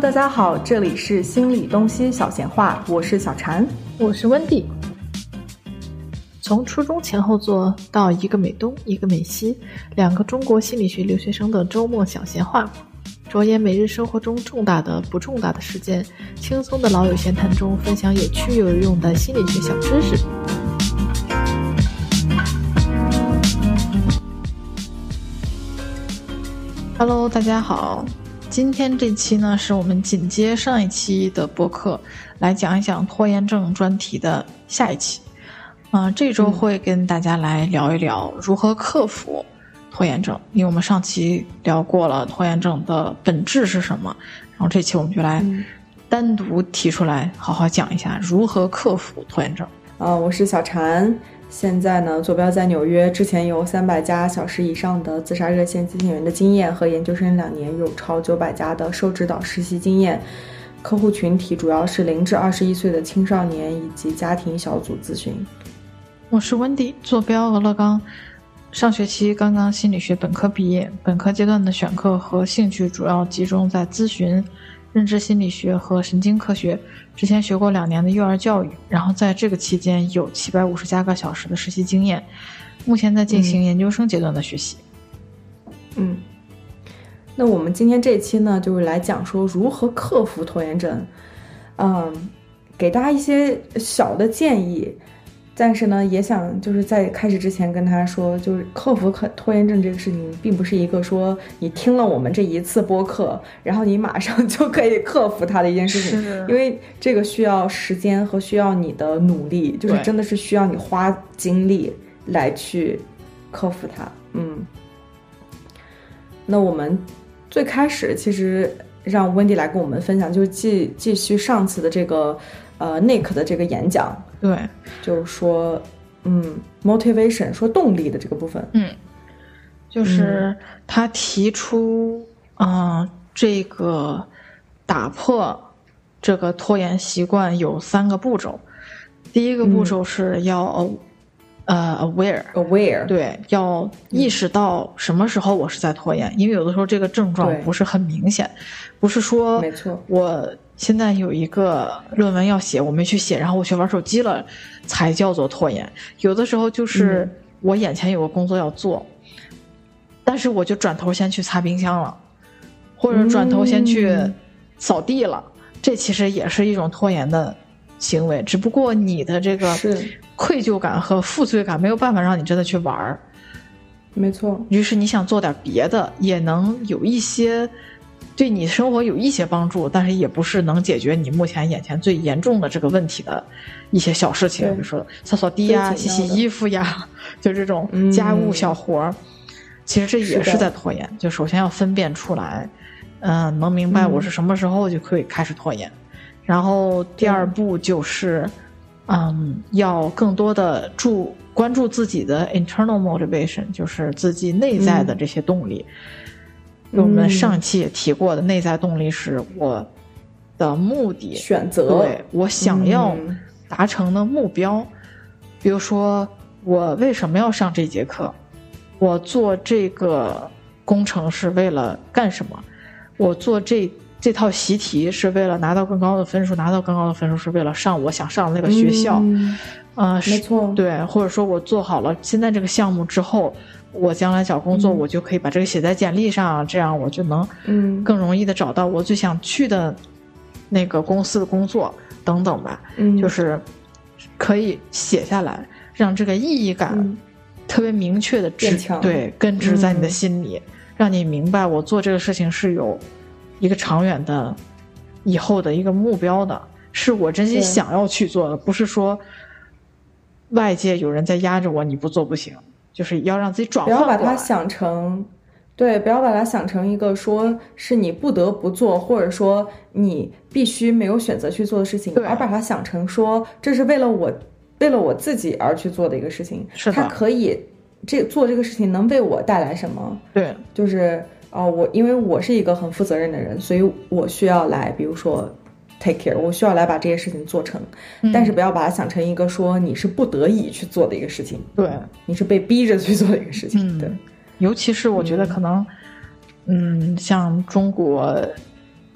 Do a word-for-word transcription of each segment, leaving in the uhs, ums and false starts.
大家好，这里是心理东西小闲话，我是小婵， 我是温蒂。从初中前后座到一个美东一个美西，两个中国心理学留学生的周末小闲话，着眼每日生活中重大的不重大的事件，轻松的老友闲谈中分享有趣又有用的心理学小知识。Hello， 大家好，今天这期呢是我们紧接上一期的播客，来讲一讲拖延症专题的下一期。嗯、呃，这周会跟大家来聊一聊如何克服拖延症，因为我们上期聊过了拖延症的本质是什么，然后这期我们就来单独提出来好好讲一下如何克服拖延症。 呃，我是小婵，现在呢坐标在纽约，之前有三百家小时以上的自杀热线接线员的经验，和研究生两年有超九百家的受指导实习经验，客户群体主要是零至二十一岁的青少年以及家庭小组咨询。 我是温迪，坐标俄勒冈，上学期刚刚心理学本科毕业，本科阶段的选课和兴趣主要集中在咨询、认知心理学和神经科学，之前学过两年的幼儿教育，然后在这个期间有七百五十加个小时的实习经验，目前在进行研究生阶段的学习。 嗯，那我们今天这一期呢，就是来讲说如何克服拖延症，嗯，给大家一些小的建议。但是呢，也想就是在开始之前跟他说，就是克服拖延症这个事情，并不是一个说你听了我们这一次播客，然后你马上就可以克服它的一件事情，因为这个需要时间和需要你的努力，就是真的是需要你花精力来去克服它。嗯，那我们最开始其实让温迪来跟我们分享，就是继继续上次的这个呃 Nick 的这个演讲。 对， 就是说，嗯 ，motivation 说动力的这个部分， 嗯，就是他提出，嗯、呃，这个打破这个拖延习惯有三个步骤。第一个步骤是要、嗯、呃 aware aware， 对，要意识到什么时候我是在拖延，嗯、因为有的时候这个症状不是很明显，不是说没错我现在有一个论文要写，我没去写，然后我去玩手机了，才叫做拖延。有的时候就是我眼前有个工作要做，嗯、但是我就转头先去擦冰箱了，或者转头先去扫地了，嗯、这其实也是一种拖延的行为，只不过你的这个愧疚感和负罪感没有办法让你真的去玩。 没错。 于是你想做点别的，也能有一些对你生活有一些帮助，但是也不是能解决你目前眼前最严重的这个问题的一些小事情，比如说扫扫地呀、洗洗衣服呀，就这种家务小活、嗯、其实这也是在拖延。就首先要分辨出来，嗯、呃，能明白我是什么时候就可以开始拖延。嗯、然后第二步就是，嗯，要更多的注关注自己的 internal motivation， 就是自己内在的这些动力。嗯我们上期也提过的，内在动力是我的目的、 选择， 对我想要达成的目标。嗯、比如说，我为什么要上这节课？我做这个工程是为了干什么？我做这这套习题是为了拿到更高的分数，拿到更高的分数是为了上我想上的那个学校。 嗯， 呃， 没错， 对，或者说我做好了现在这个项目之后。我将来找工作，我就可以把这个写在简历上，嗯、这样我就能更容易的找到我最想去的那个公司的工作等等吧。嗯，就是可以写下来，让这个意义感特别明确的植对根植在你的心里，嗯、让你明白我做这个事情是有一个长远的以后的一个目标的，是我真心想要去做的，不是说外界有人在压着我，你不做不行。就是要让自己转换过来， 不要把它想成，对，不要把它想成一个说是你不得不做，或者说你必须没有选择去做的事情，而把它想成说这是为了我，为了我自己而去做的一个事情。 是的， 它可以这做这个事情能为我带来什么？ 对， 就是哦、呃，我因为我是一个很负责任的人，所以我需要来，比如说。take care， 我需要来把这些事情做成，嗯、但是不要把它想成一个说你是不得已去做的一个事情， 对， 你是被逼着去做的一个事情， 嗯、对。尤其是我觉得可能，嗯，嗯像中国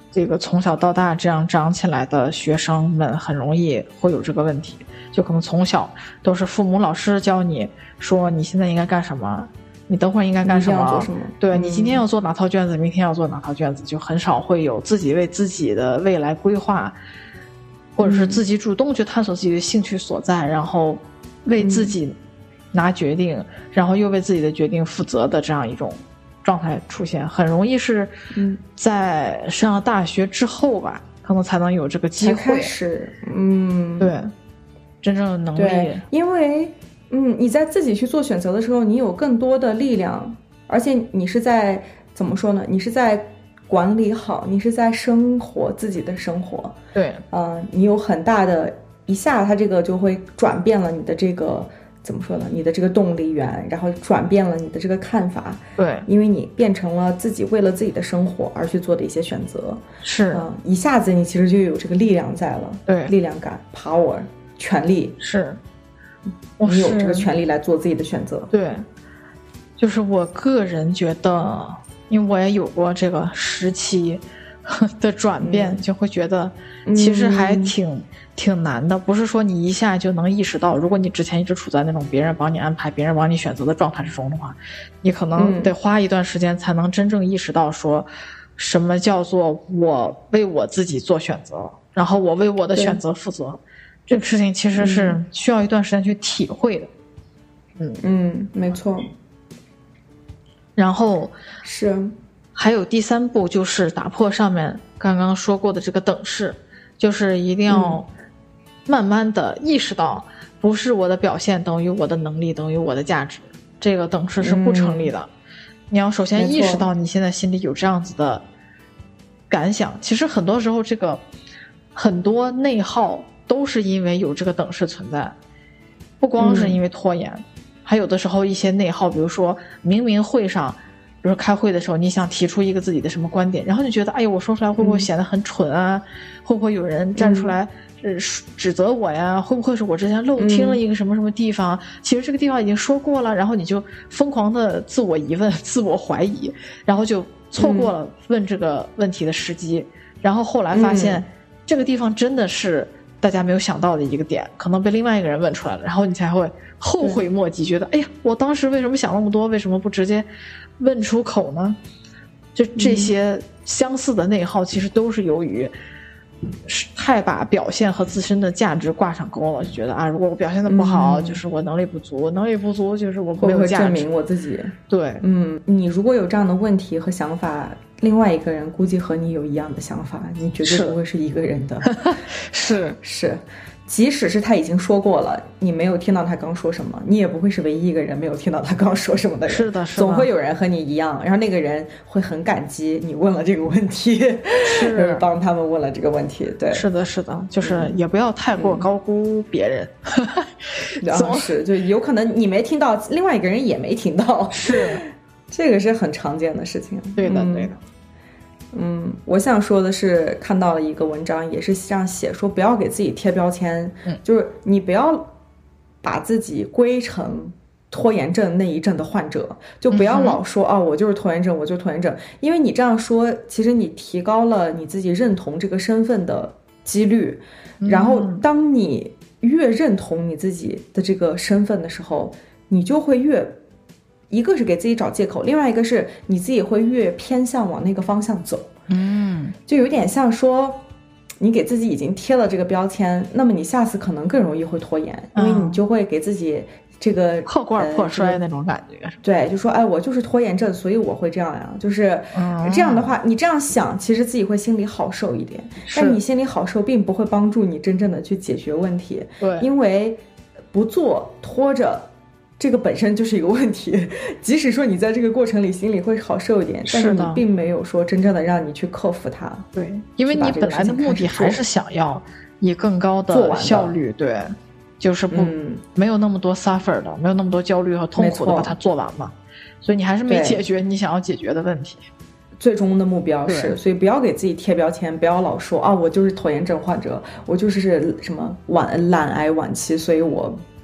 这个从小到大这样长起来的学生们很容易会有这个问题，就可能从小都是父母老师教你说你现在应该干什么，你等会儿应该干什么， 什么对、 嗯、 你今天要做哪套卷子，明天要做哪套卷子，就很少会有自己为自己的未来规划，或者是自己主动去探索自己的兴趣所在，然后为自己拿决定、嗯、然后又为自己的决定负责的这样一种状态出现，很容易是在上大学之后吧、嗯、可能才能有这个机会开始嗯， 对真正的能力。 对，因为嗯，你在自己去做选择的时候，你有更多的力量，而且你是在怎么说呢？你是在管理好，你是在生活自己的生活。 对， 呃，你有很大的一下，它这个就会转变了你的这个怎么说呢？你的这个动力源，然后转变了你的这个看法。 对， 因为你变成了自己为了自己的生活而去做的一些选择。 是， 嗯、呃，一下子你其实就有这个力量在了。 对， 力量感 ，power， 权力。 是。 你有这个权利来做自己的选择。 对，就是我个人觉得，因为我也有过这个时期的转变、嗯、就会觉得其实还挺、嗯、挺难的，不是说你一下就能意识到，如果你之前一直处在那种别人帮你安排别人帮你选择的状态之中的话，你可能得花一段时间才能真正意识到说什么叫做我为我自己做选择，然后我为我的选择负责，这个事情其实是需要一段时间去体会的。嗯嗯，没错。 然后是还有第三步，就是打破上面刚刚说过的这个等式，就是一定要慢慢的意识到，不是我的表现等于我的能力等于我的价值，这个等式是不成立的、嗯、你要首先意识到你现在心里有这样子的感想。其实很多时候这个很多内耗都是因为有这个等式存在，不光是因为拖延、嗯、还有的时候一些内耗，比如说明明会上比如说开会的时候你想提出一个自己的什么观点，然后就觉得哎呦我说出来会不会显得很蠢啊、嗯、会不会有人站出来、嗯、指责我呀，会不会是我之前漏听了一个什么什么地方、嗯、其实这个地方已经说过了，然后你就疯狂的自我疑问自我怀疑，然后就错过了问这个问题的时机、嗯、然后后来发现、嗯、这个地方真的是大家没有想到的一个点，可能被另外一个人问出来了，然后你才会后悔莫及，觉得哎呀我当时为什么想那么多，为什么不直接问出口呢？就这些相似的内耗其实都是由于太把表现和自身的价值挂上钩了，就觉得啊如果我表现的不好、嗯、就是我能力不足，能力不足就是我没有价值， 会证明我自己。 对， 嗯，你如果有这样的问题和想法，另外一个人估计和你有一样的想法，你绝对不会是一个人的。 是是，即使是他已经说过了，你没有听到他刚说什么，你也不会是唯一一个人没有听到他刚说什么的人。 是的，是的， 总会有人和你一样，然后那个人会很感激你问了这个问题，是帮他们问了这个问题。对， 是的，是的，就是也不要太过高估别人。 然后、嗯、是，就有可能你没听到，另外一个人也没听到。 是。 这个是很常见的事情。 对的对的。 嗯，我想说的是看到了一个文章也是这样写，说不要给自己贴标签、嗯、就是你不要把自己归成拖延症那一阵的患者，就不要老说、嗯、哦我就是拖延症我就是拖延症，因为你这样说其实你提高了你自己认同这个身份的几率、嗯、然后当你越认同你自己的这个身份的时候，你就会越一个是给自己找借口，另外一个是你自己会越偏向往那个方向走。 嗯， 就有点像说你给自己已经贴了这个标签，那么你下次可能更容易会拖延、嗯、因为你就会给自己这个破罐破摔那种感觉、呃、 对，就说哎我就是拖延症所以我会这样呀，就是这样的话、嗯、你这样想其实自己会心里好受一点，但你心里好受并不会帮助你真正的去解决问题。 对， 因为不做拖着这个本身就是一个问题，即使说你在这个过程里心里会好受一点，但是你并没有说真正的让你去克服它。 对，因为你本来的目的还是想要以更高的效率，对，就是不、嗯、没有那么多 suffer 的，没有那么多焦虑和痛苦的把它做完嘛，所以你还是没解决你想要解决的问题。 最终的目标是，所以不要给自己贴标签，不要老说啊我就是拖延症患者，我就是什么晚懒癌晚期，所以我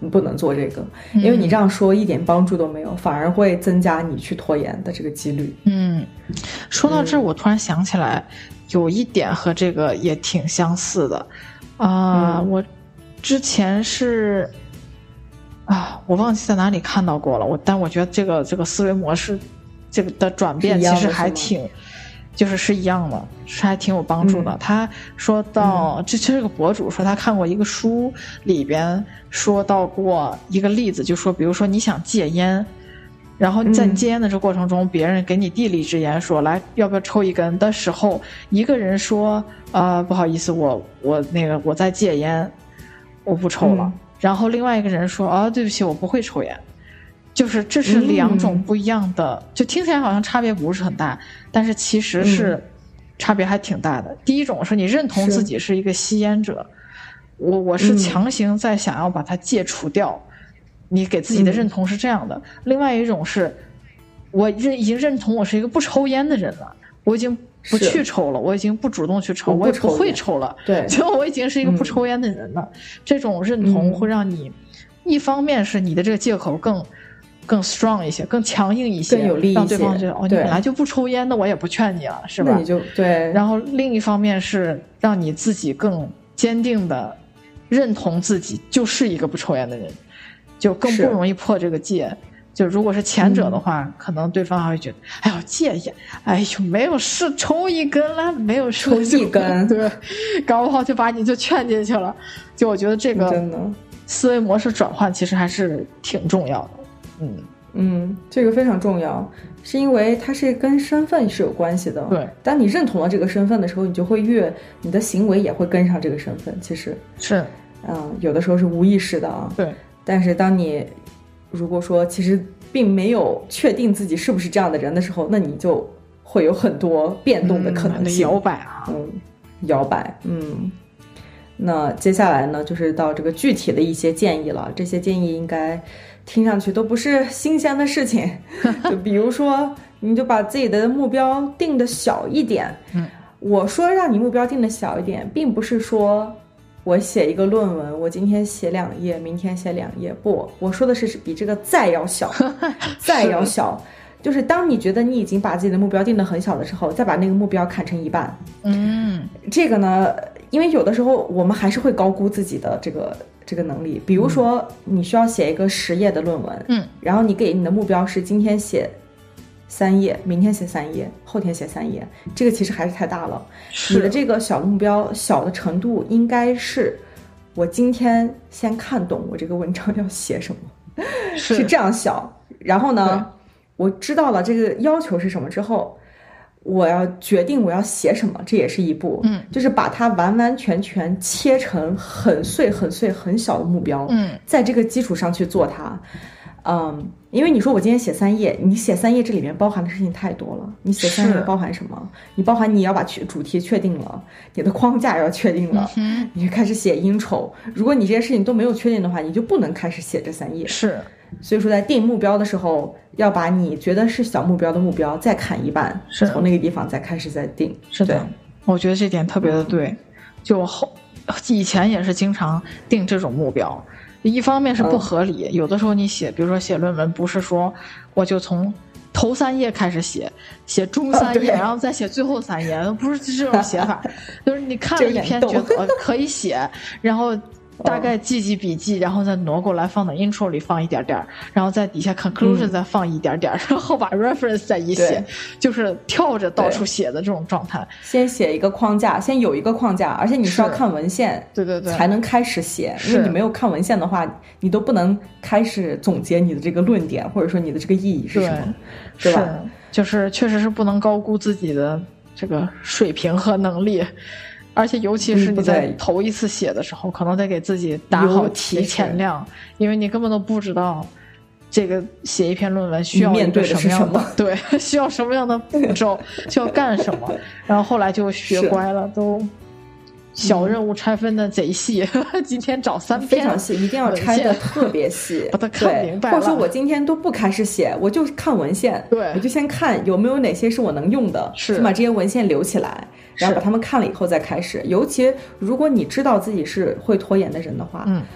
不能做这个，因为你这样说一点帮助都没有，反而会增加你去拖延的这个几率。 嗯，说到这儿，我突然想起来，有一点和这个也挺相似的啊、呃嗯。我之前是啊，我忘记在哪里看到过了。我但我觉得这个这个思维模式这个的转变其实还挺。就是是一样的，是还挺有帮助的。嗯、他说到，这这个博主说他看过一个书，里边说到过一个例子，就说比如说你想戒烟，然后在戒烟的这个过程中，嗯、别人给你递了一支烟，说来要不要抽一根的时候，一个人说啊、呃、不好意思，我我那个我在戒烟，我不抽了。嗯、然后另外一个人说啊对不起，我不会抽烟。就是这是两种不一样的、嗯、就听起来好像差别不是很大，但是其实是差别还挺大的、嗯、第一种是你认同自己是一个吸烟者，我我是强行在想要把它戒除掉、嗯、你给自己的认同是这样的、嗯、另外一种是我认已经认同我是一个不抽烟的人了，我已经不去抽了，我已经不主动去抽，我也不会抽了， 对， 就我已经是一个不抽烟的人了、嗯、这种认同会让你、嗯、一方面是你的这个借口更更 strong 一些，更强硬一些， 更有利一些， 让对方觉得哦，你本来就不抽烟的，我也不劝你了，是吧？ 那你就对。 然后另一方面是让你自己更坚定的认同自己就是一个不抽烟的人，就更不容易破这个戒。就如果是前者的话、嗯、可能对方还会觉得哎呦戒烟，哎呦没有事抽一根了，没有抽一根， 对，搞不好就把你就劝进去了。就我觉得这个思维模式转换其实还是挺重要的。嗯嗯，这个非常重要，是因为它是跟身份是有关系的。 对， 当你认同了这个身份的时候，你就会越你的行为也会跟上这个身份。其实是， 嗯，有的时候是无意识的啊。 对， 但是当你如果说其实并没有确定自己是不是这样的人的时候，那你就会有很多变动的可能性， 嗯、摇摆啊， 嗯，摇摆，嗯。那接下来呢，就是到这个具体的一些建议了。这些建议应该听上去都不是新鲜的事情，就比如说，你就把自己的目标定得小一点。 嗯， 我说让你目标定得小一点，并不是说我写一个论文，我今天写两页，明天写两页，不，我说的是比这个再要小，再要小。就是当你觉得你已经把自己的目标定得很小的时候，再把那个目标砍成一半。 嗯， 这个呢，因为有的时候我们还是会高估自己的这个这个能力。比如说，你需要写一个十页的论文， 嗯， 然后你给你的目标是今天写三页，明天写三页，后天写三页，这个其实还是太大了。你的这个小的目标小的程度应该是，我今天先看懂我这个文章要写什么，是, 是这样小。然后呢，我知道了这个要求是什么之后，我要决定我要写什么，这也是一步。 嗯， 就是把它完完全全切成很碎很碎很小的目标。 嗯，在这个基础上去做它。嗯，因为你说我今天写三页，你写三页这里面包含的事情太多了。你写三页包含什么？你包含你要把主题确定了，你的框架要确定了， 嗯、 你就开始写 intro。如果你这些事情都没有确定的话，你就不能开始写这三页。 是。 所以说在定目标的时候，要把你觉得是小目标的目标再砍一半， 是从那个地方再开始再定。 是的，我觉得这点特别的对。就我后以前也是经常定这种目标，一方面是不合理、嗯、有的时候你写比如说写论文，不是说我就从头三页开始写，写中三页、啊、然后再写最后三页，不是这种写法就是你看了一篇觉得可以写，然后大概记记笔记，然后再挪过来放到 intro 里放一点点，然后在底下 conclusion 再放一点点、嗯、然后把 reference 再一写，就是跳着到处写的这种状态。 先写一个框架，先有一个框架，而且你需要看文献， 对对对， 才能开始写。因为你没有看文献的话，你都不能开始总结你的这个论点，或者说你的这个意义是什么， 对, 对吧？ 是，就是确实是不能高估自己的这个水平和能力。而且尤其是你在头一次写的时候、嗯、可能得给自己打好提前量，因为你根本都不知道这个写一篇论文需要一个什么样的，对，需要什么样的步骤需要干什么，然后后来就学乖了，都小任务拆分的贼细、嗯、今天找三篇非常细，一定要拆的特别细把它看明白了， 或者说我今天都不开始写，我就看文献， 对， 我就先看有没有哪些是我能用的， 是先把这些文献留起来，然后把他们看了以后再开始。尤其如果你知道自己是会拖延的人的话， 嗯， 我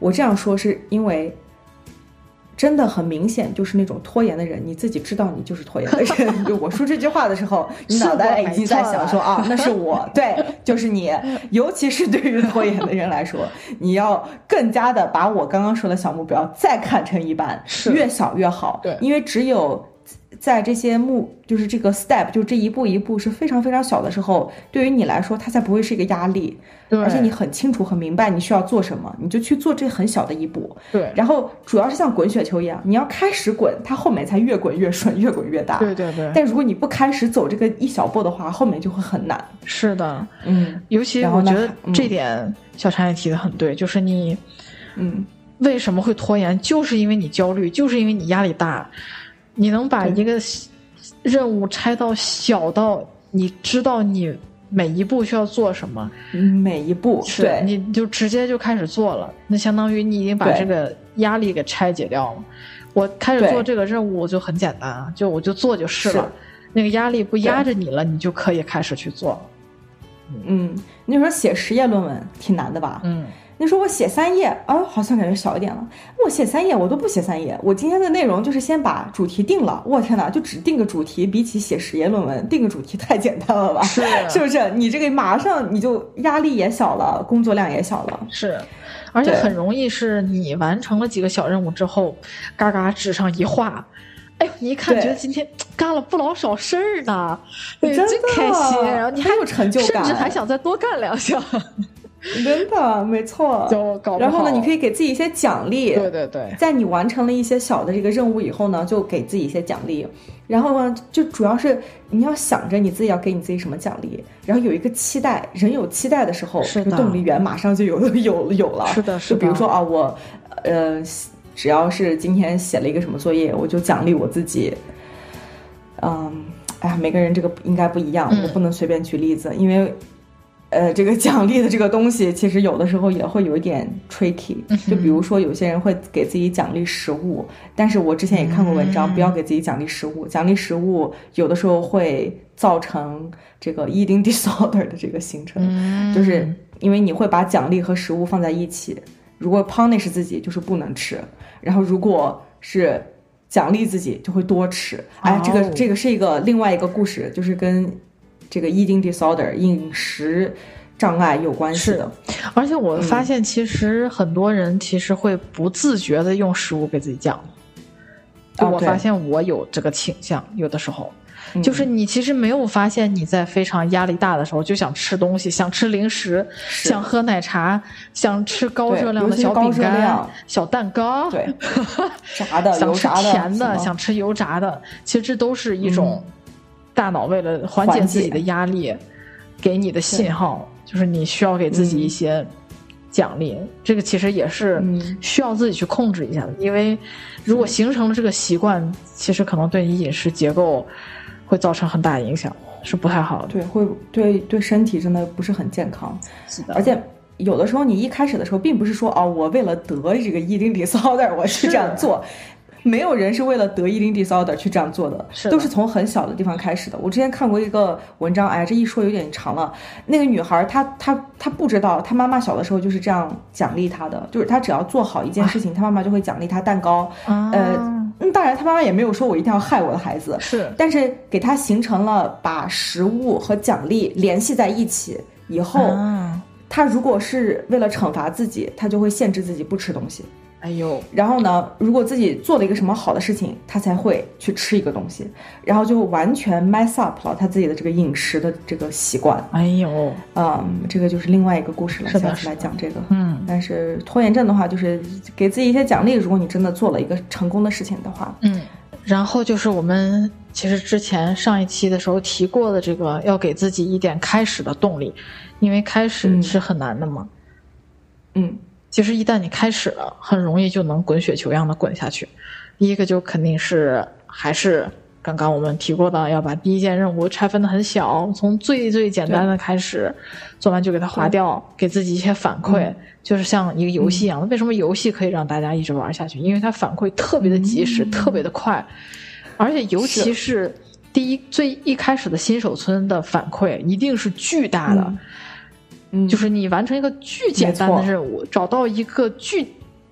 我这样说是因为真的很明显，就是那种拖延的人，你自己知道你就是拖延的人。就我说这句话的时候，你脑袋已经在想说啊，那是我，对，就是你。尤其是对于拖延的人来说，你要更加的把我刚刚说的小目标再看成一半，越小越好。 对， 因为只有在这些目，就是这个 step， 就这一步一步是非常非常小的时候，对于你来说，它才不会是一个压力。 对， 而且你很清楚、很明白你需要做什么，你就去做这很小的一步。 对， 然后主要是像滚雪球一样，你要开始滚，它后面才越滚越顺，越滚越大。 对对对。 但如果你不开始走这个一小步的话，后面就会很难。 是的， 嗯， 尤其我觉得这点小婵也提得很对，嗯、就是你， 嗯， 为什么会拖延，就是因为你焦虑，就是因为你压力大。你能把一个任务拆到小到你知道你每一步需要做什么， 每一步是你就直接就开始做了，那相当于你已经把这个压力给拆解掉了。我开始做这个任务就很简单啊，就我就做就是了，那个压力不压着你了，你就可以开始去做了。 嗯，你说写实验论文挺难的吧？ 嗯。 你说我写三页啊，好像感觉小一点了。我写三页，我都不写三页。我今天的内容就是先把主题定了。我天哪，就只定个主题，比起写实验论文，定个主题太简单了吧？ 是， 是不是？你这个马上你就压力也小了，工作量也小了。 是，而且很容易是你完成了几个小任务之后，嘎嘎纸上一画。哎呦，你一看觉得今天干了不老少事儿呢，对，真开心，然后你还有成就感， 甚至还想再多干两项。 真的没错， 就搞不好。 然后呢，你可以给自己一些奖励。 对对对， 在你完成了一些小的这个任务以后呢，就给自己一些奖励。然后呢，就主要是你要想着你自己要给你自己什么奖励，然后有一个期待。人有期待的时候，这个动力源马上就有有有了。 是的，是的。 就比如说啊，我呃，只要是今天写了一个什么作业，我就奖励我自己。嗯，哎呀，每个人这个应该不一样， 嗯、 我不能随便举例子，因为。呃，这个奖励的这个东西，其实有的时候也会有一点 tricky。就比如说，有些人会给自己奖励食物，但是我之前也看过文章，不要给自己奖励食物。奖励食物有的时候会造成这个 eating disorder 的这个形成，就是因为你会把奖励和食物放在一起。如果 punish 自己，就是不能吃；然后如果是奖励自己，就会多吃。哎，这个这个是一个另外一个故事，就是跟。这个 eating disorder 饮食障碍有关系的。 而且我发现其实很多人其实会不自觉的用食物给自己奖励、嗯、就我发现我有这个倾向、哦、有的时候、嗯、就是你其实没有发现你在非常压力大的时候就想吃东西，想吃零食，想喝奶茶，想吃高热量的小饼干、小蛋糕， 对炸的想吃甜的， 的想吃油炸的，其实这都是一种、嗯大脑为了缓解自己的压力给你的信号，就是你需要给自己一些奖励、嗯、这个其实也是需要自己去控制一下的、嗯、因为如果形成了这个习惯，其实可能对你饮食结构会造成很大影响，是不太好的。 对，会对对身体真的不是很健康。 是的， 而且有的时候你一开始的时候并不是说哦，我为了得这个eating disorder我去这样做，没有人是为了得eating disorder去这样做的， 是的， 都是从很小的地方开始的。我之前看过一个文章，哎，这一说有点长了。那个女孩她她她不知道，她妈妈小的时候就是这样奖励她的，就是她只要做好一件事情，她、啊、妈妈就会奖励她蛋糕。 啊、 呃，当然她妈妈也没有说我一定要害我的孩子， 是， 但是给她形成了把食物和奖励联系在一起以后， 啊、 她如果是为了惩罚自己，她就会限制自己不吃东西。 哎呦， 然后呢，如果自己做了一个什么好的事情，他才会去吃一个东西，然后就完全 mess up 了他自己的这个饮食的这个习惯。 哎呦， 嗯，这个就是另外一个故事了，下次来讲这个。 嗯， 但是拖延症的话，就是给自己一些奖励，如果你真的做了一个成功的事情的话。 嗯，然后就是我们其实之前上一期的时候提过的这个，要给自己一点开始的动力，因为开始是很难的嘛。 嗯。嗯， 其实一旦你开始了，很容易就能滚雪球一样的滚下去。第一个就肯定是还是刚刚我们提过的，要把第一件任务拆分的很小，从最最简单的开始，做完就给它划掉，给自己一些反馈、嗯、就是像一个游戏一样的、嗯、为什么游戏可以让大家一直玩下去？因为它反馈特别的及时、嗯、特别的快，而且尤其是第一最一开始的新手村的反馈一定是巨大的、嗯嗯， 就是你完成一个巨简单的任务，找到一个巨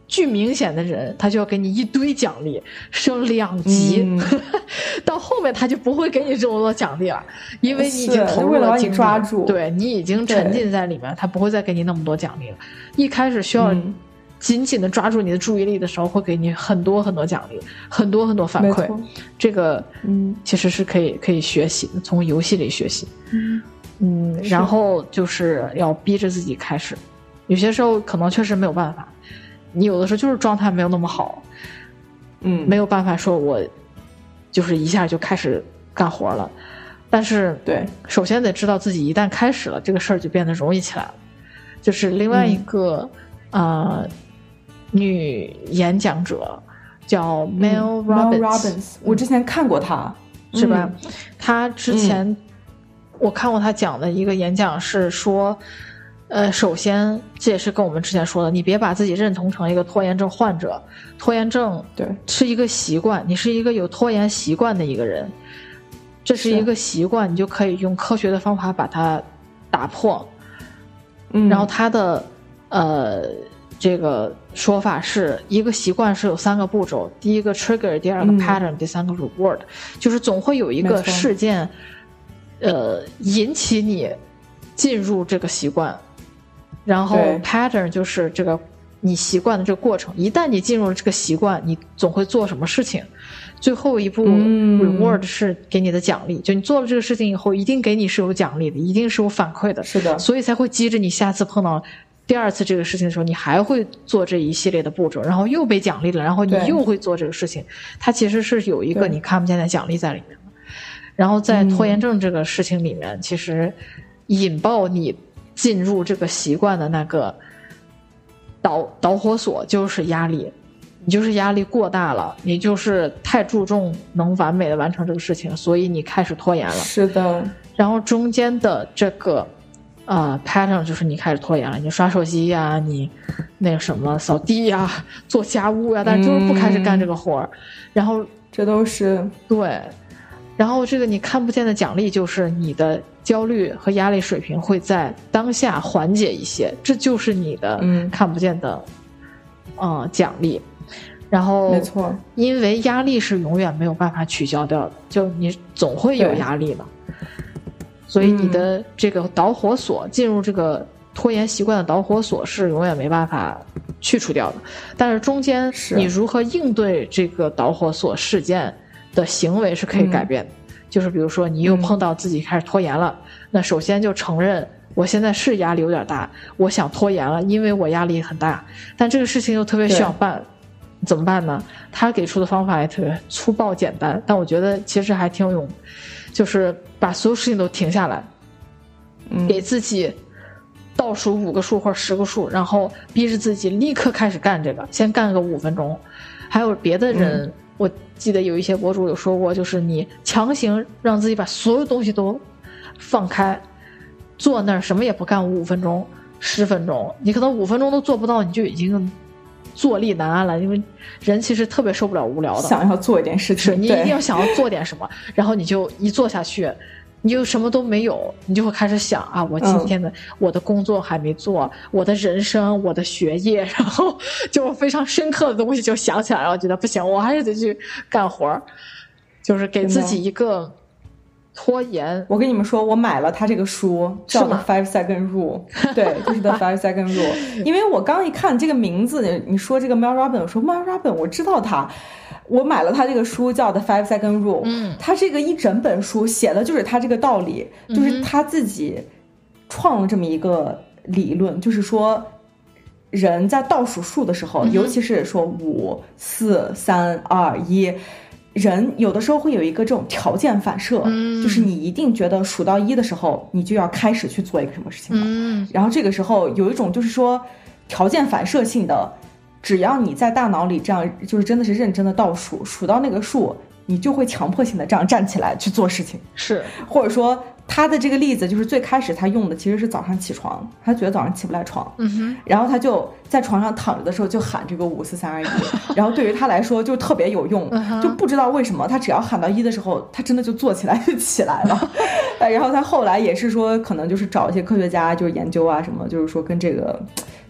巨明显的人，他就要给你一堆奖励，升两级。嗯、到后面他就不会给你这么多奖励了，因为你已经投入了精力， 抓住， 对你已经沉浸在里面，他不会再给你那么多奖励了。一开始需要紧紧的抓住你的注意力的时候，会给你很多很多奖励，很多很多反馈。这个嗯，其实是可以可以学习的，从游戏里学习。嗯嗯，然后就是要逼着自己开始，有些时候可能确实没有办法。你有的时候就是状态没有那么好， 嗯， 没有办法说我就是一下就开始干活了。但是对， 首先得知道自己一旦开始了，这个事儿就变得容易起来了。就是另外一个、嗯、呃女演讲者叫 Mel Robbins，、 嗯、Robbins 我之前看过她， 是吧？嗯、她之前、嗯、我看过她讲的一个演讲是说。呃，首先，这也是跟我们之前说的，你别把自己认同成一个拖延症患者。拖延症对是一个习惯，你是一个有拖延习惯的一个人，这是一个习惯，你就可以用科学的方法把它打破。 嗯， 然后他的呃这个说法是一个习惯是有三个步骤，第一个 trigger， 第二个 pattern，、嗯、第三个 reward， 就是总会有一个事件，呃，引起你进入这个习惯。然后 pattern 就是这个你习惯的这个过程，一旦你进入了这个习惯，你总会做什么事情。最后一步 reward 是给你的奖励、嗯、就你做了这个事情以后一定给你是有奖励的，一定是有反馈的， 是的， 所以才会激着你下次碰到第二次这个事情的时候，你还会做这一系列的步骤，然后又被奖励了，然后你又会做这个事情。它其实是有一个你看不见的奖励在里面的。然后在拖延症这个事情里面、嗯、其实引爆你进入这个习惯的那个导导火索就是压力，你就是压力过大了，你就是太注重能完美的完成这个事情，所以你开始拖延了。 是的。 然后中间的这个呃 pattern 就是你开始拖延了，你刷手机呀，你那个什么扫地呀，做家务呀，但是就是不开始干这个活儿、嗯、然后这都是对。然后这个你看不见的奖励就是你的焦虑和压力水平会在当下缓解一些，这就是你的看不见的、嗯呃、奖励。然后没错， 因为压力是永远没有办法取消掉的，就你总会有压力的，所以你的这个导火索、嗯、进入这个拖延习惯的导火索是永远没办法去除掉的。但是中间你如何应对这个导火索事件的行为是可以改变的、嗯、就是比如说你又碰到自己开始拖延了、嗯、那首先就承认我现在是压力有点大，我想拖延了，因为我压力很大，但这个事情又特别需要办，怎么办呢？他给出的方法也特别粗暴简单，但我觉得其实还挺有用，就是把所有事情都停下来、嗯、给自己倒数五个数或者十个数，然后逼着自己立刻开始干这个，先干个五分钟。还有别的人、嗯我记得有一些博主有说过，就是你强行让自己把所有东西都放开，坐那儿什么也不干五分钟十分钟，你可能五分钟都做不到，你就已经坐立难安了。因为人其实特别受不了无聊的， 想要做一点事情， 你一定要想要做点什么，然后你就一坐下去你就什么都没有，你就会开始想啊，我今天的、嗯、我的工作还没做，我的人生，我的学业，然后就非常深刻的东西就想起来，然后觉得不行，我还是得去干活，就是给自己一个拖延。 我跟你们说，我买了他这个书，叫 The Five Second Rule， 对，就是 The Five Second Rule。因为我刚一看这个名字，你说这个 Mel Robbins， 我说 Mel Robbins， 我知道他。我买了他这个书叫 The Five Second Rule， 嗯，他这个一整本书写的就是他这个道理，嗯、就是他自己创了这么一个理论，就是说人在倒数数的时候，嗯、尤其是说五、四、三、二、一，人有的时候会有一个这种条件反射，嗯、就是你一定觉得数到一的时候，你就要开始去做一个什么事情了，嗯，然后这个时候有一种就是说条件反射性的。只要你在大脑里这样就是真的是认真的倒数，数到那个数，你就会强迫性的这样站起来去做事情。是，或者说他的这个例子就是最开始他用的其实是早上起床，他觉得早上起不来床，嗯哼，然后他就在床上躺着的时候就喊这个五四三二一，然后对于他来说就特别有用，嗯、就不知道为什么他只要喊到一的时候，他真的就坐起来就起来了。然后他后来也是说，可能就是找一些科学家就是研究啊什么，就是说跟这个。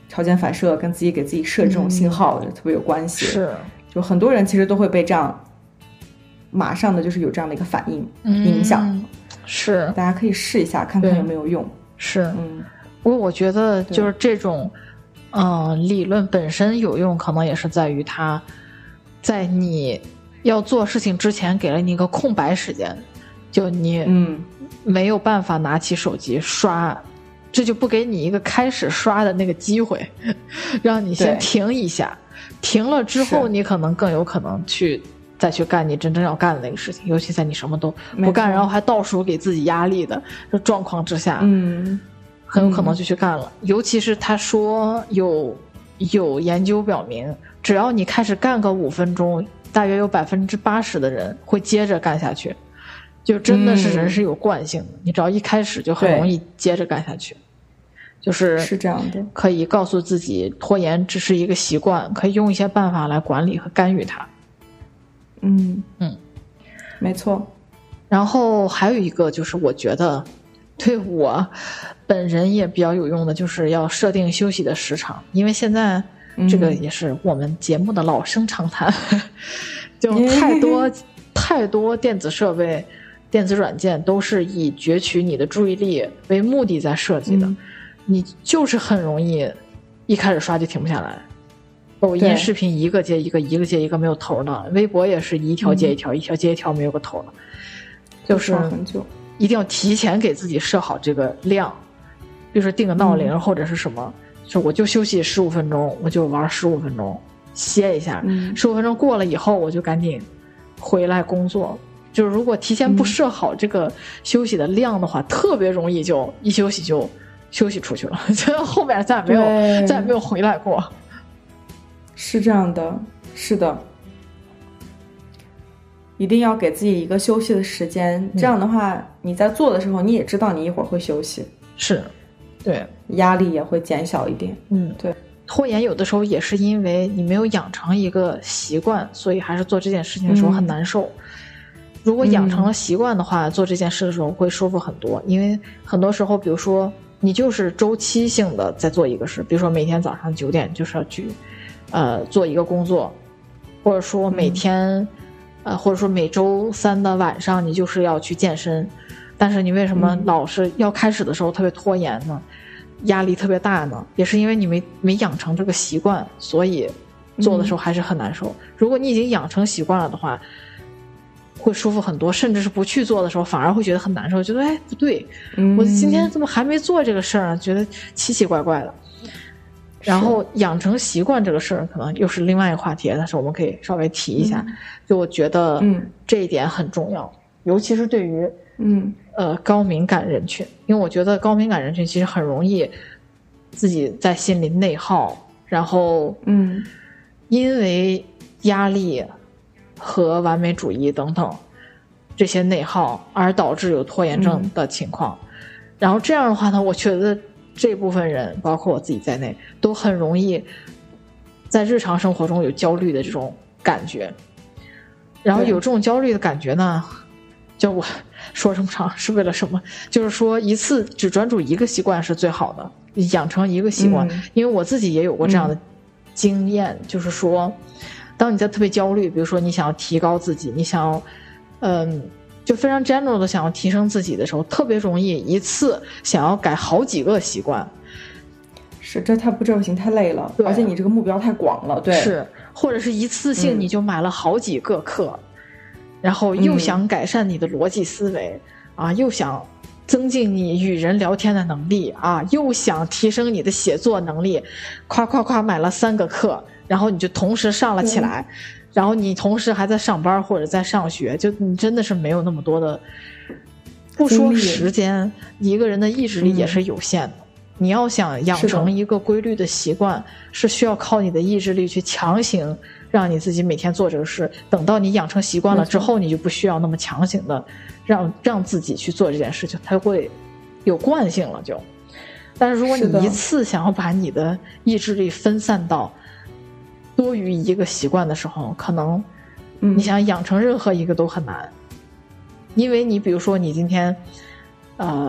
条件反射跟自己给自己设这种信号就特别有关系。 是， 就很多人其实都会被这样马上的就是有这样的一个反应、 嗯、 影响。 是， 大家可以试一下看看有没有用。 是， 嗯， 不过我觉得就是这种嗯、呃、理论本身有用，可能也是在于它在你要做事情之前给了你一个空白时间，就你嗯没有办法拿起手机刷，这就不给你一个开始刷的那个机会，让你先停一下，停了之后你可能更有可能去再去干你真正要干的那个事情，尤其在你什么都不干然后还倒数给自己压力的这状况之下， 嗯， 很有可能就去干了、嗯、尤其是他说有有研究表明，只要你开始干个五分钟，大约有百分之八十的人会接着干下去，就真的是人是有惯性的、嗯、你只要一开始就很容易接着干下去，就是是这样的， 可以告诉自己拖延只是一个习惯，可以用一些办法来管理和干预它。 嗯嗯， 没错。 然后还有一个就是我觉得对我本人也比较有用的，就是要设定休息的时长，因为现在这个也是我们节目的老生常谈、嗯、就太多太多电子设备电子软件都是以攫取你的注意力为目的在设计的、嗯、你就是很容易一开始刷就停不下来。抖音视频一个接一个一个接一个没有头的，微博也是一条接一条、嗯、一条接一条没有个头的，就是很久一定要提前给自己设好这个量，比如说定个闹铃或者是什么、嗯、就我就休息十五分钟，我就玩十五分钟歇一下，十五分钟过了以后我就赶紧回来工作。就是如果提前不设好这个休息的量的话、嗯、特别容易就一休息就休息出去了，就后面再也没有再也没有回来过。 是这样的，是的，一定要给自己一个休息的时间、嗯、这样的话你在做的时候你也知道你一会儿会休息， 是，对，压力也会减小一点。 嗯，对，拖延有的时候也是因为你没有养成一个习惯，所以还是做这件事情的时候很难受、嗯、如果养成了习惯的话、嗯、做这件事的时候会舒服很多。因为很多时候比如说你就是周期性的在做一个事，比如说每天早上九点就是要去呃，做一个工作，或者说每天、嗯、呃，或者说每周三的晚上你就是要去健身，但是你为什么老是要开始的时候特别拖延呢、嗯、压力特别大呢？也是因为你没没养成这个习惯，所以做的时候还是很难受、嗯、如果你已经养成习惯了的话会舒服很多，甚至是不去做的时候反而会觉得很难受，觉得哎不对、嗯、我今天怎么还没做这个事儿啊，觉得奇奇怪怪的。然后养成习惯这个事儿可能又是另外一个话题，但是我们可以稍微提一下、嗯、就我觉得这一点很重要、嗯、尤其是对于嗯呃高敏感人群，因为我觉得高敏感人群其实很容易自己在心里内耗，然后嗯因为压力和完美主义等等这些内耗而导致有拖延症的情况、嗯、然后这样的话呢，我觉得这部分人包括我自己在内都很容易在日常生活中有焦虑的这种感觉，然后有这种焦虑的感觉呢，就我说这么长是为了什么，就是说一次只专注一个习惯是最好的，养成一个习惯、嗯、因为我自己也有过这样的经验、嗯、就是说当你在特别焦虑，比如说你想要提高自己，你想要嗯就非常 general 的想要提升自己的时候，特别容易一次想要改好几个习惯， 是这太不执行太累了，而且你这个目标太广了，对， 是或者是一次性你就买了好几个课、嗯、然后又想改善你的逻辑思维、嗯、啊，又想增进你与人聊天的能力啊，又想提升你的写作能力，夸夸夸买了三个课，然后你就同时上了起来，然后你同时还在上班或者在上学，就你真的是没有那么多的，不说时间，一个人的意志力也是有限的、嗯、你要想养成一个规律的习惯 是, 是需要靠你的意志力去强行让你自己每天做这个事，等到你养成习惯了之后，你就不需要那么强行的让让自己去做这件事情，它会有惯性了就。但是如果你一次想要把你的意志力分散到多于一个习惯的时候，可能你想养成任何一个都很难、嗯、因为你比如说你今天呃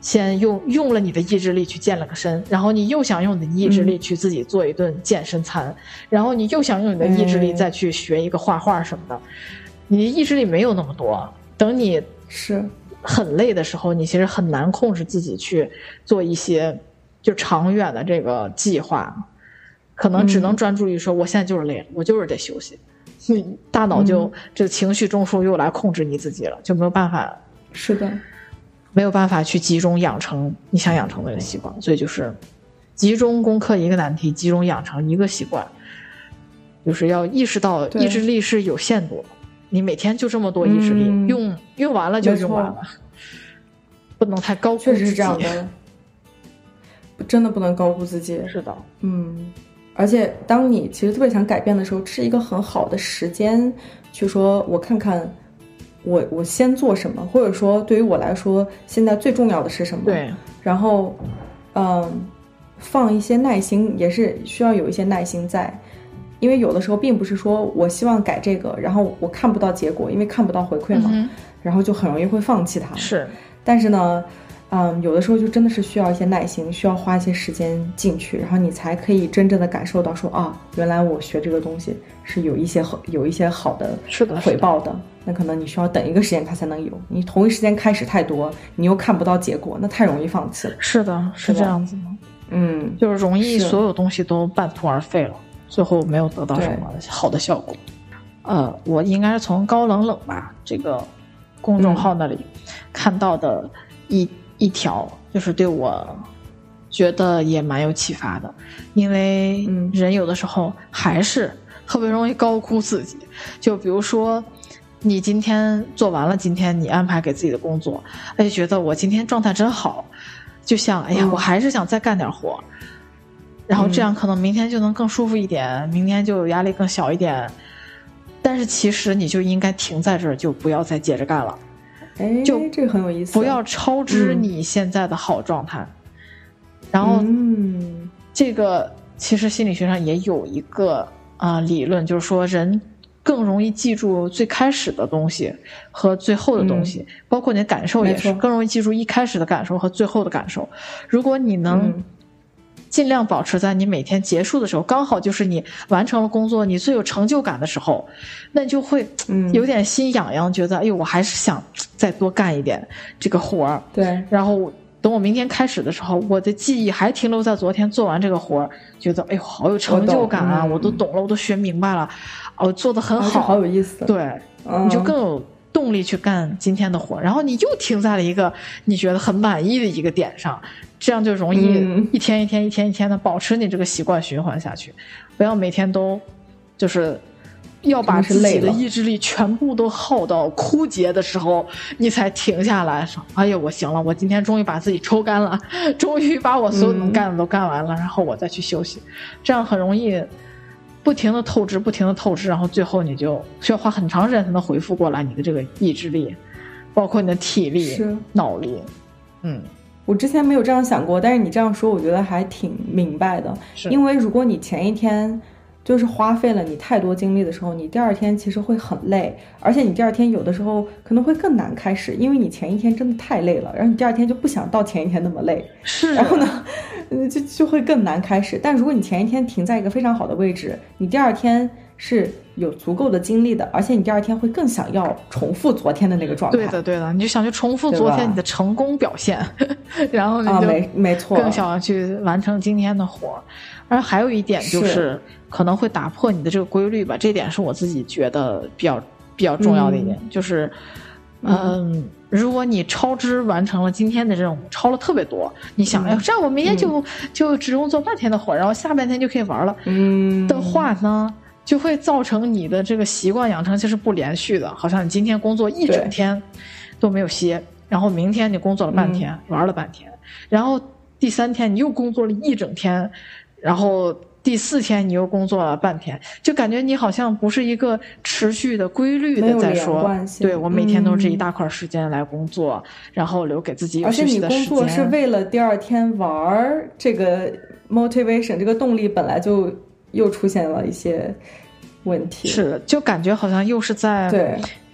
先用用了你的意志力去健了个身，然后你又想用你的意志力去自己做一顿健身餐，嗯、然后你又想用你的意志力再去学一个画画什么的，哎、你的意志力没有那么多。等你是很累的时候，你其实很难控制自己去做一些就长远的这个计划，可能只能专注于说我现在就是累了，我就是得休息。你大脑就、嗯、这个情绪中枢又来控制你自己了，就没有办法， 是的， 没有办法去集中养成你想养成的习惯。所以就是集中攻克一个难题，集中养成一个习惯，就是要意识到意志力是有限度的，你每天就这么多意志力，嗯、用用完了就用完了，不能太高估自己。 确实是这样的，真的不能高估自己。 是的， 嗯。而且当你其实特别想改变的时候，是一个很好的时间去说我看看我我先做什么，或者说对于我来说现在最重要的是什么。 对， 然后嗯，放一些耐心，也是需要有一些耐心在，因为有的时候并不是说我希望改这个，然后我看不到结果，因为看不到回馈嘛、嗯、然后就很容易会放弃它。 是， 但是呢嗯，有的时候就真的是需要一些耐心，需要花一些时间进去，然后你才可以真正的感受到说啊，原来我学这个东西是有一些有一些好的回报的。那可能你需要等一个时间它才能有，你同一时间开始太多，你又看不到结果，那太容易放弃了。 是的，是这样子的。 嗯， 就是容易所有东西都半途而废了，最后没有得到什么好的效果。呃，我应该是从高冷冷吧这个公众号那里看到的一。嗯一条就是对我觉得也蛮有启发的，因为人有的时候还是特别容易高估自己。就比如说你今天做完了今天你安排给自己的工作，哎，觉得我今天状态真好，就想哎呀我还是想再干点活、嗯、然后这样可能明天就能更舒服一点，明天就压力更小一点，但是其实你就应该停在这儿，就不要再接着干了。 哎，就这个很有意思， 不要超支你现在的好状态、嗯、然后嗯， 这个其实心理学上也有一个啊、呃、理论，就是说人更容易记住最开始的东西和最后的东西、嗯、包括你的感受也是更容易记住一开始的感受和最后的感受。如果你能、嗯尽量保持在你每天结束的时候，刚好就是你完成了工作你最有成就感的时候，那你就会有点心痒痒、嗯、觉得哎呦我还是想再多干一点这个活儿。 对， 然后等我明天开始的时候，我的记忆还停留在昨天做完这个活儿，觉得哎呦好有成就感啊， 我, 我都懂了，我都学明白了，我做得很好、 啊、好有意思。 对、嗯、你就更有动力去干今天的活，然后你又停在了一个你觉得很满意的一个点上，这样就容易一天一天一天一天的保持你这个习惯循环下去。不要每天都就是要把自己的意志力全部都耗到枯竭的时候你才停下来说哎呀我行了，我今天终于把自己抽干了，终于把我所有能干的都干完了、嗯、然后我再去休息。这样很容易不停的透支不停的透支，然后最后你就需要花很长时间才能恢复过来你的这个意志力，包括你的体力脑力。嗯， 我之前没有这样想过，但是你这样说我觉得还挺明白的。因为如果你前一天就是花费了你太多精力的时候，你第二天其实会很累，而且你第二天有的时候可能会更难开始，因为你前一天真的太累了，然后你第二天就不想到前一天那么累， 是， 然后呢就就会更难开始。但如果你前一天停在一个非常好的位置，你第二天是有足够的精力的，而且你第二天会更想要重复昨天的那个状态。 对的对的，你就想去重复昨天你的成功表现，然后你就啊没没错， 更想要去完成今天的活。而还有一点就是可能会打破你的这个规律吧，这点是我自己觉得比较比较重要的一点、嗯、就是嗯、呃，如果你超支完成了今天的任务，超了特别多，你想、嗯、哎，这样我明天就、嗯、就只用做半天的活，然后下半天就可以玩了嗯的话呢，就会造成你的这个习惯养成其实不连续的，好像你今天工作一整天都没有歇，然后明天你工作了半天、嗯、玩了半天，然后第三天你又工作了一整天，然后第四天你又工作了半天，就感觉你好像不是一个持续的规律的在说，对，我每天都是这一大块时间来工作、嗯、然后留给自己有休息的时间。 而且你工作是为了第二天玩，这个 motivation 这个动力本来就又出现了一些问题。 是，就感觉好像又是在对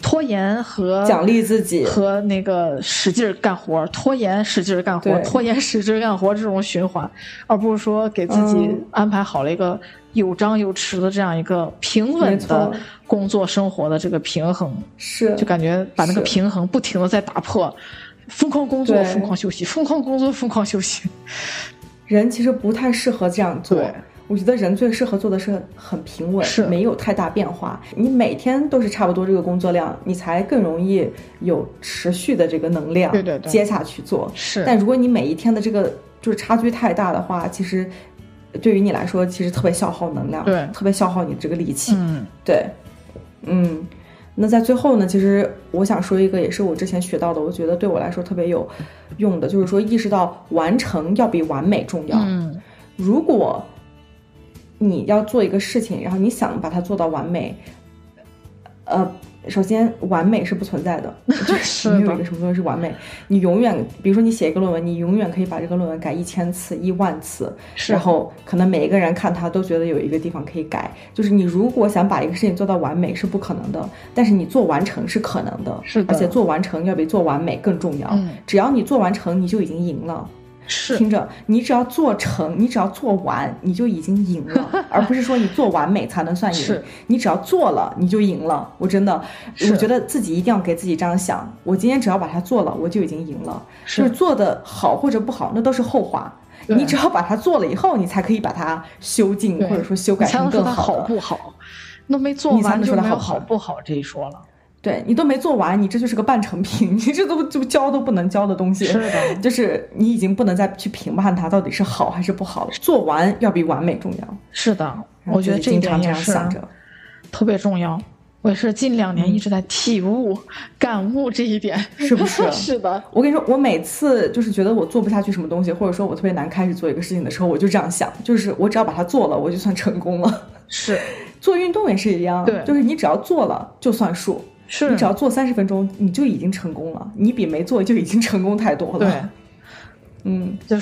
拖延和奖励自己和那个使劲干活，拖延使劲干活，拖延使劲干活这种循环，而不是说给自己安排好了一个有张有弛的这样一个平稳的工作生活的这个平衡， 是就感觉把那个平衡不停的在打破，疯狂工作疯狂休息，疯狂工作疯狂休息。 人其实不太适合这样做。我觉得人最适合做的是很平稳， 是没有太大变化。你每天都是差不多这个工作量，你才更容易有持续的这个能量， 对对对， 接下去做。 是， 但如果你每一天的这个就是差距太大的话，其实对于你来说，其实特别消耗能量， 对， 特别消耗你这个力气。 嗯， 对，嗯。那在最后呢，其实我想说一个，也是我之前学到的，我觉得对我来说特别有用的，就是说意识到完成要比完美重要。 嗯， 如果你要做一个事情，然后你想把它做到完美，呃，首先完美是不存在的， 是没有一个什么东西是完美。你永远，比如说你写一个论文，你永远可以把这个论文改一千次、一万次，然后可能每一个人看它都觉得有一个地方可以改。就是你如果想把一个事情做到完美是不可能的，但是你做完成是可能的， 是的， 而且做完成要比做完美更重要。 嗯， 只要你做完成，你就已经赢了。 是， 听着，你只要做成，你只要做完，你就已经赢了，而不是说你做完美才能算赢。 是， 你只要做了，你就赢了。我真的，我觉得自己一定要给自己这样想：我今天只要把它做了，我就已经赢了。 是， 就是做的好或者不好，那都是后话。你只要把它做了以后，你才可以把它修进，或者说修改成更好的。 好不好？那没做完就没有好不好这一说了。 对，你都没做完，你这就是个半成品，你这都就教都不能教的东西。 是的， 就是你已经不能再去评判它到底是好还是不好了。做完要比完美重要。 是的，我觉得这一点也是特别重要。我也是近两年一直在体悟、嗯、感悟这一点， 是不是？ 是的。 我跟你说，我每次就是觉得我做不下去什么东西，或者说我特别难开始做一个事情的时候，我就这样想，就是我只要把它做了，我就算成功了。 是， 做运动也是一样， 对， 就是你只要做了就算数。 是， 你只要做三十分钟，你就已经成功了，你比没做就已经成功太多了。 对， 嗯， 就是，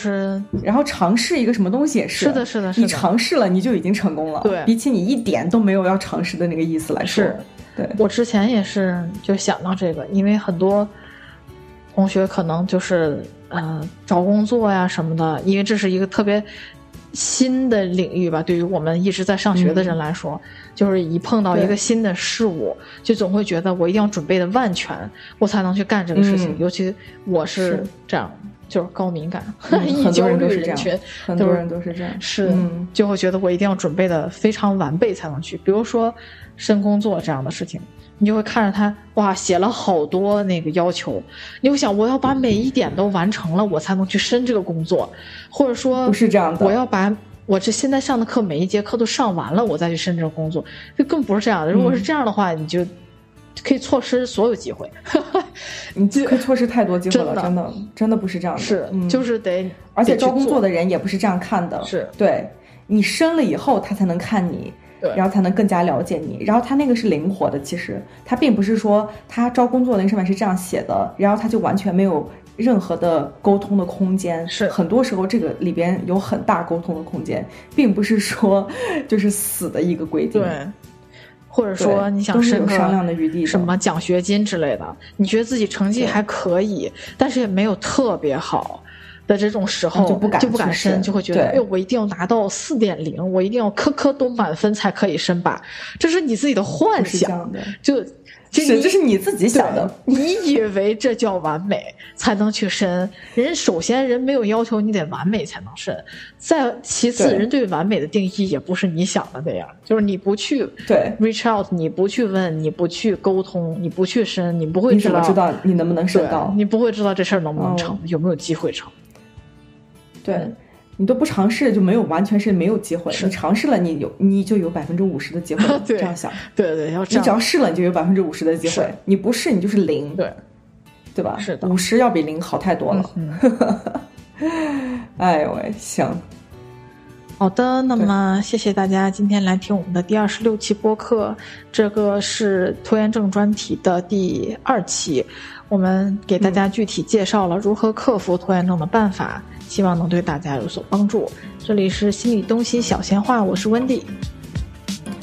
然后尝试一个什么东西也是， 是的，是的，是的， 你尝试了，你就已经成功了。 对， 比起你一点都没有要尝试的那个意思来说， 是， 对。 我之前也是就想到这个，因为很多同学可能就是呃找工作呀什么的，因为这是一个特别新的领域吧，对于我们一直在上学的人来说，嗯、就是一碰到一个新的事物，就总会觉得我一定要准备的万全，我才能去干这个事情。嗯、尤其我是这样，是就是高敏感、 嗯、 易焦虑人群， 很多人都是这样， 是、嗯、就会觉得我一定要准备的非常完备才能去。比如说申工作这样的事情，你就会看着他哇写了好多那个要求，你会想我要把每一点都完成了，我才能去申这个工作，或者说不是这样的， 我要把我这现在上的课每一节课都上完了，我再去申这个工作，这更不是这样的。如果是这样的话，嗯、你就可以错失所有机会， 你可以错失太多机会了，真的，真的，真的不是这样的。 是， 嗯、 就是得， 而且招工作的人也不是这样看的， 是对你申了以后，他才能看你。然后才能更加了解你，然后他那个是灵活的，其实他并不是说他招工作的那上面是这样写的，然后他就完全没有任何的沟通的空间。 是， 很多时候这个里边有很大沟通的空间，并不是说就是死的一个规定。 对，或者说你想申个商量的余地， 什么奖学金之类的，你觉得自己成绩还可以，但是也没有特别好的这种时候， 就不敢就不敢申，就会觉得哎，我一定要拿到四点零，我一定要科科都满分才可以申吧，这是你自己的幻想，就就是这是你自己想的， 你以为这叫完美才能去申，人首先人没有要求你得完美才能申，再其次人对完美的定义也不是你想的那样，就是你不去对 reach out， 你不去问，你不去沟通，你不去申，你不会知道你怎么知道你能不能申到， 你不会知道这事儿能不能成、哦、有没有机会成。 对，你都不尝试就没有，完全是没有机会。你尝试了，你有你就有百分之五十的机会。这样想， 对对，要这样。 你只要试了，你就有百分之五十的机会；你不试，你就是零。 对， 对吧？ 是的， 五十要比零好太多了。嗯、哎呦喂，行， 好的，那么谢谢大家今天来听我们的第二十六期播客，这个是拖延症专题的第二期，我们给大家具体介绍了如何克服拖延症的办法。嗯，希望能对大家有所帮助。这里是心理东西小闲话，我是温蒂，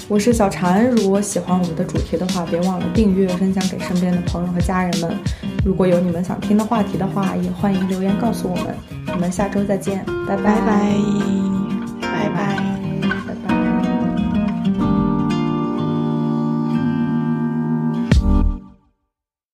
我是小婵，如果喜欢我们的主题的话，别忘了订阅、分享给身边的朋友和家人们。如果有你们想听的话题的话，也欢迎留言告诉我们。我们下周再见，拜拜。 拜拜。